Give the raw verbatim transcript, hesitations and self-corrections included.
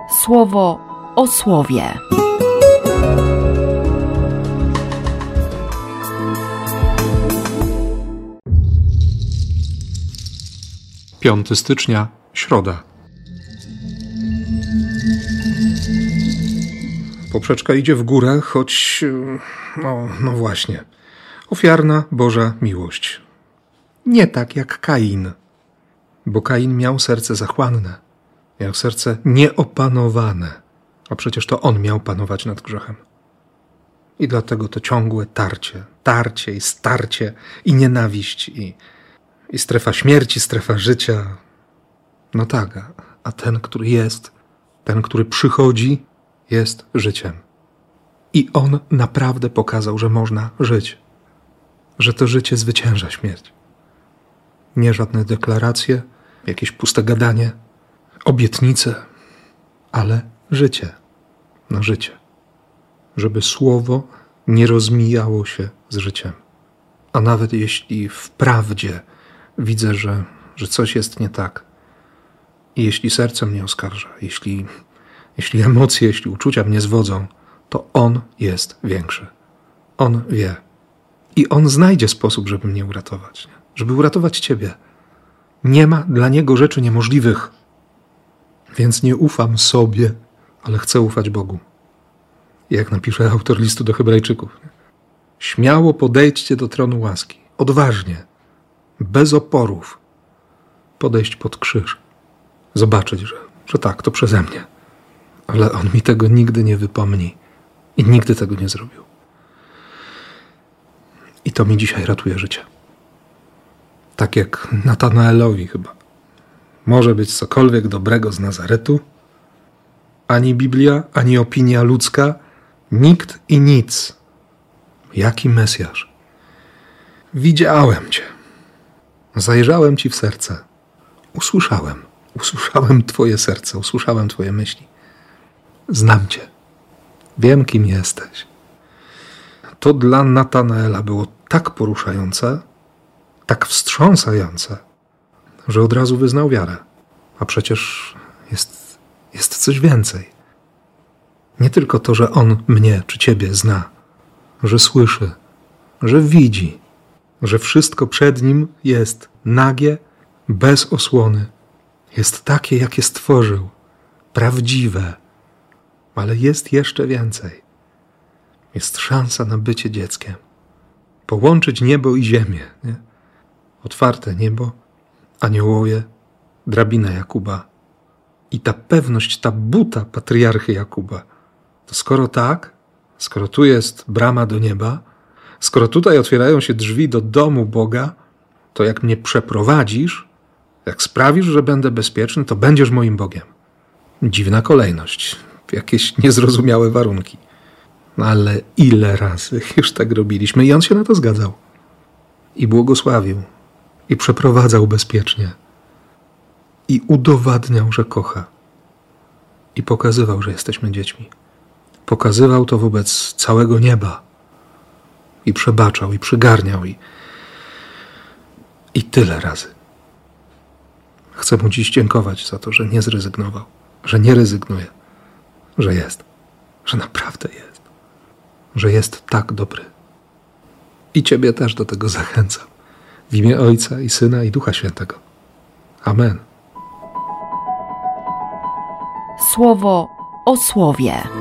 Słowo o słowie. piątego stycznia, środa. Poprzeczka idzie w górę, choć, no, no właśnie, ofiarna Boża miłość. Nie tak jak Kain, bo Kain miał serce zachłanne, miał serce nieopanowane, a przecież to on miał panować nad grzechem. I dlatego to ciągłe tarcie, tarcie i starcie i nienawiść i, i strefa śmierci, strefa życia. No tak, a, a ten, który jest, ten, który przychodzi, jest życiem. I on naprawdę pokazał, że można żyć, że to życie zwycięża śmierć. Nie żadne deklaracje, jakieś puste gadanie, obietnice, ale życie, no życie. Żeby słowo nie rozmijało się z życiem. A nawet jeśli wprawdzie widzę, że, że coś jest nie tak, i jeśli serce mnie oskarża, jeśli, jeśli emocje, jeśli uczucia mnie zwodzą, to On jest większy. On wie. I On znajdzie sposób, żeby mnie uratować, nie? Żeby uratować ciebie. Nie ma dla Niego rzeczy niemożliwych. Więc nie ufam sobie, ale chcę ufać Bogu. Jak napisze autor listu do Hebrajczyków. Nie? Śmiało podejdźcie do tronu łaski. Odważnie. Bez oporów. Podejść pod krzyż. Zobaczyć, że, że tak, to przeze mnie. Ale On mi tego nigdy nie wypomni. I nigdy tego nie zrobił. I to mi dzisiaj ratuje życie. Tak jak Natanaelowi chyba. Może być cokolwiek dobrego z Nazaretu. Ani Biblia, ani opinia ludzka. Nikt i nic. Jaki Mesjasz? Widziałem Cię. Zajrzałem Ci w serce. Usłyszałem. Usłyszałem Twoje serce. Usłyszałem Twoje myśli. Znam Cię. Wiem, kim jesteś. To dla Natanaela było tak poruszające, tak wstrząsające, że od razu wyznał wiarę. A przecież jest, jest coś więcej. Nie tylko to, że On mnie czy Ciebie zna, że słyszy, że widzi, że wszystko przed Nim jest nagie, bez osłony. Jest takie, jakie stworzył, prawdziwe, ale jest jeszcze więcej. Jest szansa na bycie dzieckiem. Połączyć niebo i ziemię. Nie? Otwarte niebo, aniołowie, drabina Jakuba i ta pewność, ta buta patriarchy Jakuba. To skoro tak, skoro tu jest brama do nieba, skoro tutaj otwierają się drzwi do domu Boga, to jak mnie przeprowadzisz, jak sprawisz, że będę bezpieczny, to będziesz moim Bogiem. Dziwna kolejność, jakieś niezrozumiałe warunki. No ale ile razy już tak robiliśmy i On się na to zgadzał. I błogosławił. I przeprowadzał bezpiecznie. I udowadniał, że kocha. I pokazywał, że jesteśmy dziećmi. Pokazywał to wobec całego nieba. I przebaczał, i przygarniał, i, i tyle razy. Chcę Mu dziś dziękować za to, że nie zrezygnował, że nie rezygnuje, że jest, że naprawdę jest, że jest tak dobry. I Ciebie też do tego zachęcam. W imię Ojca i Syna i Ducha Świętego. Amen. Słowo o słowie.